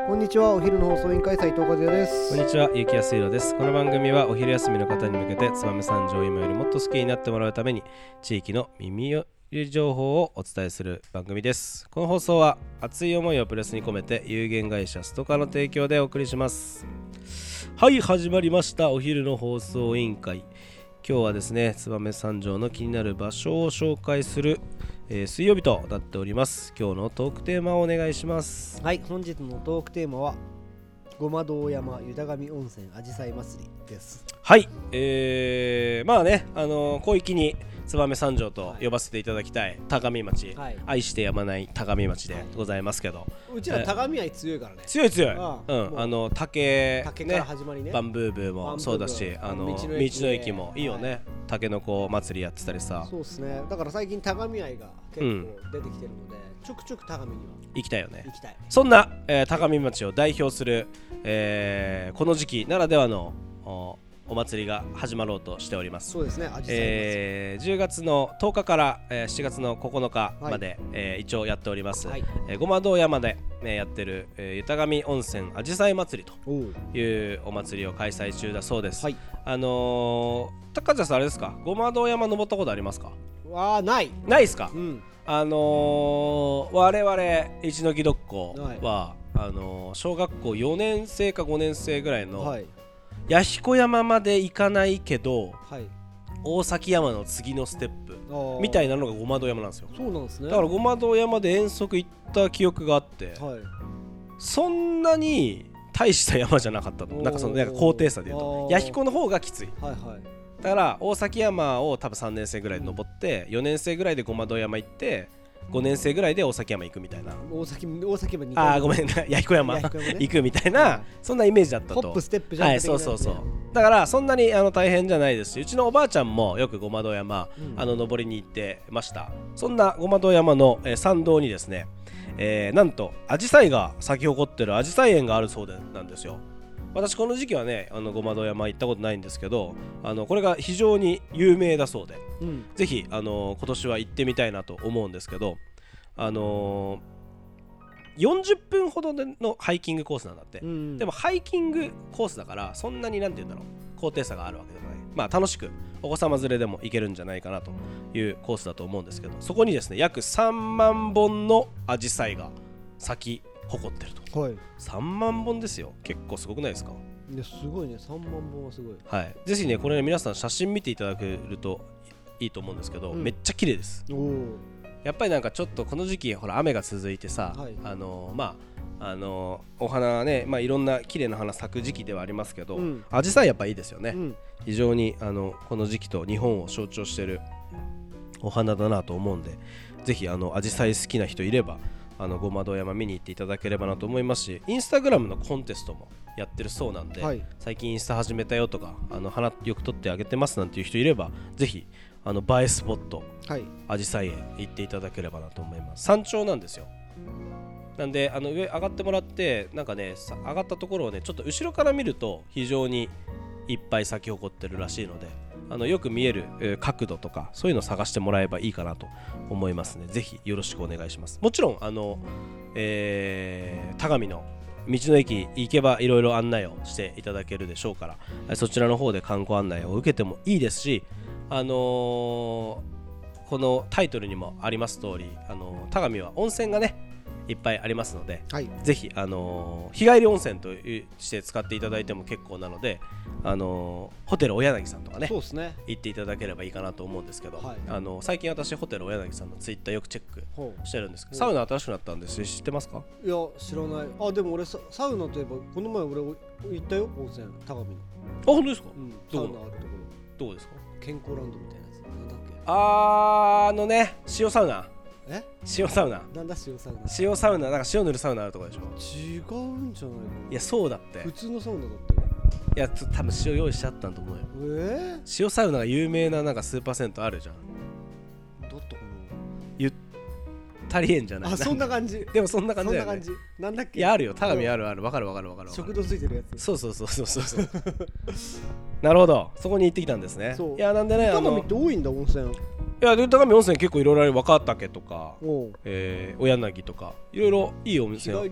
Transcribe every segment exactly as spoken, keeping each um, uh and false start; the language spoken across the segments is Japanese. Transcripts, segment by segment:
こんにちは。お昼の放送委員会斉藤和也です。 こんにちは、ゆうきやすいろです。この番組はお昼休みの方に向けて燕三条を今よりもっと好きになってもらうために地域の耳寄り情報をお伝えする番組です。この放送は熱い思いをプレスに込めて有限会社ストカの提供でお送りします。はい、始まりましたお昼の放送委員会。今日はですね、燕三条の気になる場所を紹介する、えー、水曜日となっております。今日のトークテーマをお願いします。 はい、本日のトークテーマはごま堂山湯田上温泉あじさい祭りです。 はい、えー、まあね、あのー、広域に燕三条と呼ばせていただきたい高見町、はい、愛してやまない高見町でございますけど、 うちら高見愛強いからね。 強い強い。 ああ、うん、あの竹竹から始まりね、 バンブーブーもそうだし、あの道の駅、道の駅もいいよね、はい、竹の子祭りやってたりさ。 そうですね。だから最近高見愛が結構出てきてるので、うん、ちょくちょく高見には行きたいよね。 行きたい。 そんな、えー、高見町を代表する、えー、この時期ならではのおお祭りが始まろうとしております。 そうですね。あじさい祭り、 えー、じゅうがつのとおかから、えー、しちがつのここのかまで、はい、えー、一応やっております、はい、えー、ごま堂山で、ね、やってる、えー、湯田上温泉あじさい祭りというお祭りを開催中だそうです。はい、あのー、高橋さんあれですか、ごま堂山登ったことありますか？ わー、ないないですか？ うん、 あのー、我々一ノ木どっこは、はい、あのー、小学校よねんせいかごねんせいぐらいの、はい、弥彦山まで行かないけど、はい、大崎山の次のステップみたいなのがごま堂山なんですよ。 そうなんですね。 だからごま堂山で遠足行った記憶があって、はい、そんなに大した山じゃなかったの。なんかそのなんか高低差で言うと弥彦の方がきつい、はいはい、だから大崎山を多分さんねんせいぐらいで登って、うん、よねんせいぐらいでごま堂山行ってごねんせいぐらいで大崎山行くみたいな。 大崎大崎山にあーごめんな、弥彦山行くみたいな、はい、そんなイメージだったと。 ホップステップじゃん、ね、 はい、そうそうそう。だからそんなにあの大変じゃないですし、うちのおばあちゃんもよくごま堂山、うん、あの登りに行ってました。そんなごま堂山の、えー、参道にですね、えー、なんとアジサイが咲き誇ってるアジサイ園があるそうでなんですよ。私この時期はね、あのごま堂山行ったことないんですけど、あのこれが非常に有名だそうで、うん、ぜひあの今年は行ってみたいなと思うんですけど、あのー、よんじゅっぷんほどのハイキングコースなんだって、うん、でもハイキングコースだからそんなになんて言うんだろう、高低差があるわけでもない、まあ楽しくお子様連れでも行けるんじゃないかなというコースだと思うんですけど、そこにですね約さんまんぼんのアジサイが咲き誇ってると、はい、さんまんぼんですよ。結構すごくないですか？ いや、すごいね。さんまんぼんはすごい。 はい、ぜひねこれね皆さん写真見ていただけるといいと思うんですけど、うん、めっちゃ綺麗です。おー、やっぱりなんかちょっとこの時期ほら雨が続いてさ、はい、あのー、まああのー、お花はね、まあ、いろんな綺麗な花咲く時期ではありますけど、アジサイやっぱいいですよね、うん、非常にあのこの時期と日本を象徴しているお花だなと思うんで、ぜひあのアジサイ好きな人いればあのごま堂山見に行っていただければなと思いますし、インスタグラムのコンテストもやってるそうなんで、はい、最近インスタ始めたよとか、あの花よく撮ってあげてますなんていう人いれば、ぜひあの映えスポット、はい、アジサイへ行っていただければなと思います。山頂なんですよ。なんであの上上がってもらって、なんかね上がったところをねちょっと後ろから見ると非常にいっぱい咲き誇ってるらしいので、あのよく見える、えー、角度とかそういうのを探してもらえばいいかなと思いますね。ぜひよろしくお願いします。もちろんあの、えー、田上の道の駅行けばいろいろ案内をしていただけるでしょうから、そちらの方で観光案内を受けてもいいですし、あのー、このタイトルにもあります通り、あのー、田上は温泉がねいっぱいありますので、はい、ぜひ、あのー、日帰り温泉として使っていただいても結構なので、あのー、ホテルお柳さんとかね、そうですね、行っていただければいいかなと思うんですけど、はい、あのー、最近私ホテルお柳さんのツイッターよくチェックしてるんですけど、サウナ新しくなったんですよ。知ってますか？ いや知らない。あ、でも俺サウナといえばこの前俺行ったよ、温泉田上の。あ、 本当ですか？うん、 サウナあるところ。 どうですか？ 健康ランドみたいなやつなんだっけ？ あー、あのね、塩サウナ。え？塩サウナ。 なんだ塩サウナ？ 塩サウナ、なんか塩塗るサウナあるところでしょ。 違うんじゃないかな。 いやそうだって。 普通のサウナだってよ。 いや多分塩用意しちゃったんと思うよ。えー、塩サウナが有名ななんかスーパー銭湯あるじゃん。 だったかな。 ゆったりえんじゃない？ あ、そんな感じ。 でもそんな感じだよね。 そんな感じ。なんだっけ？ いやあるよ。田上あるある。わかるわかるわかる。 食堂ついてるやつ。 そうそうそうそうそうそう。なるほど。そこに行ってきたんですね。そう。いやなんでね。 田上って多いんだ温泉。 いや田上温泉結構いろいろある。若竹とか、えー、お柳とかいろいろいいお店。 日帰り？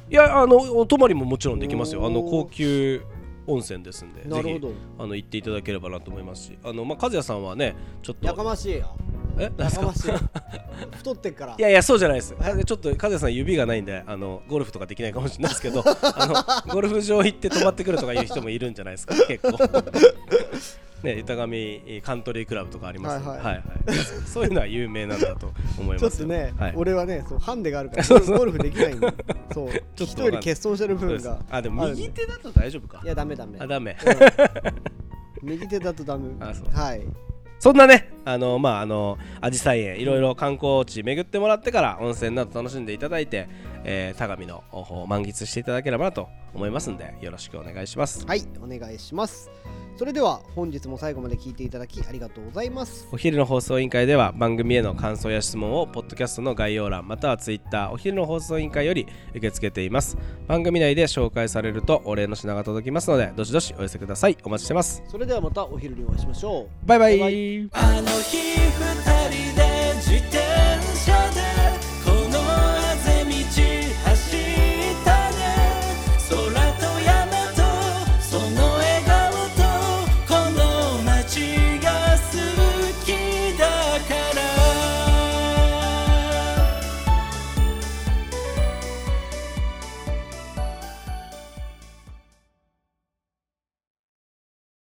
いやあのお泊まりももちろんできますよ。あの高級温泉ですんで、 なるほど、 ぜひあの行っていただければなと思いますし、あのまあ和也さんはねちょっとやかましいよ。 えやかましい太ってっから。 いやいやそうじゃないです。ちょっと和也さん指がないんであのゴルフとかできないかもしれないですけどあのゴルフ場行って泊まってくるとかいう人もいるんじゃないですか結構ね、板上カントリークラブとかありますので、はいはいはい、そういうのは有名なんだと思います。 ちょっとね、 はい、 俺はねそうハンデがあるからゴルフできないんでそうちょっとより欠損してる部分があでも右手だと大丈夫か。 いやダメダメあダメ、 うん、右手だとダメ。 あそうはい。 そんなね、あのまああの紫陽花園いろいろ観光地巡ってもらってから温泉など楽しんでいただいて、えー、相模の方を満喫していただければなと思いますんでよろしくお願いします。 はいお願いします。それでは本日も最後まで聞いていただきありがとうございます。 お昼の放送委員会では番組への感想や質問をポッドキャストの概要欄またはツイッターお昼の放送委員会より受け付けています。番組内で紹介されるとお礼の品が届きますのでどしどしお寄せください。お待ちしてます。 それではまたお昼にお会いしましょう。 バイバイ。 バイバイ。 あの日二人で自転車で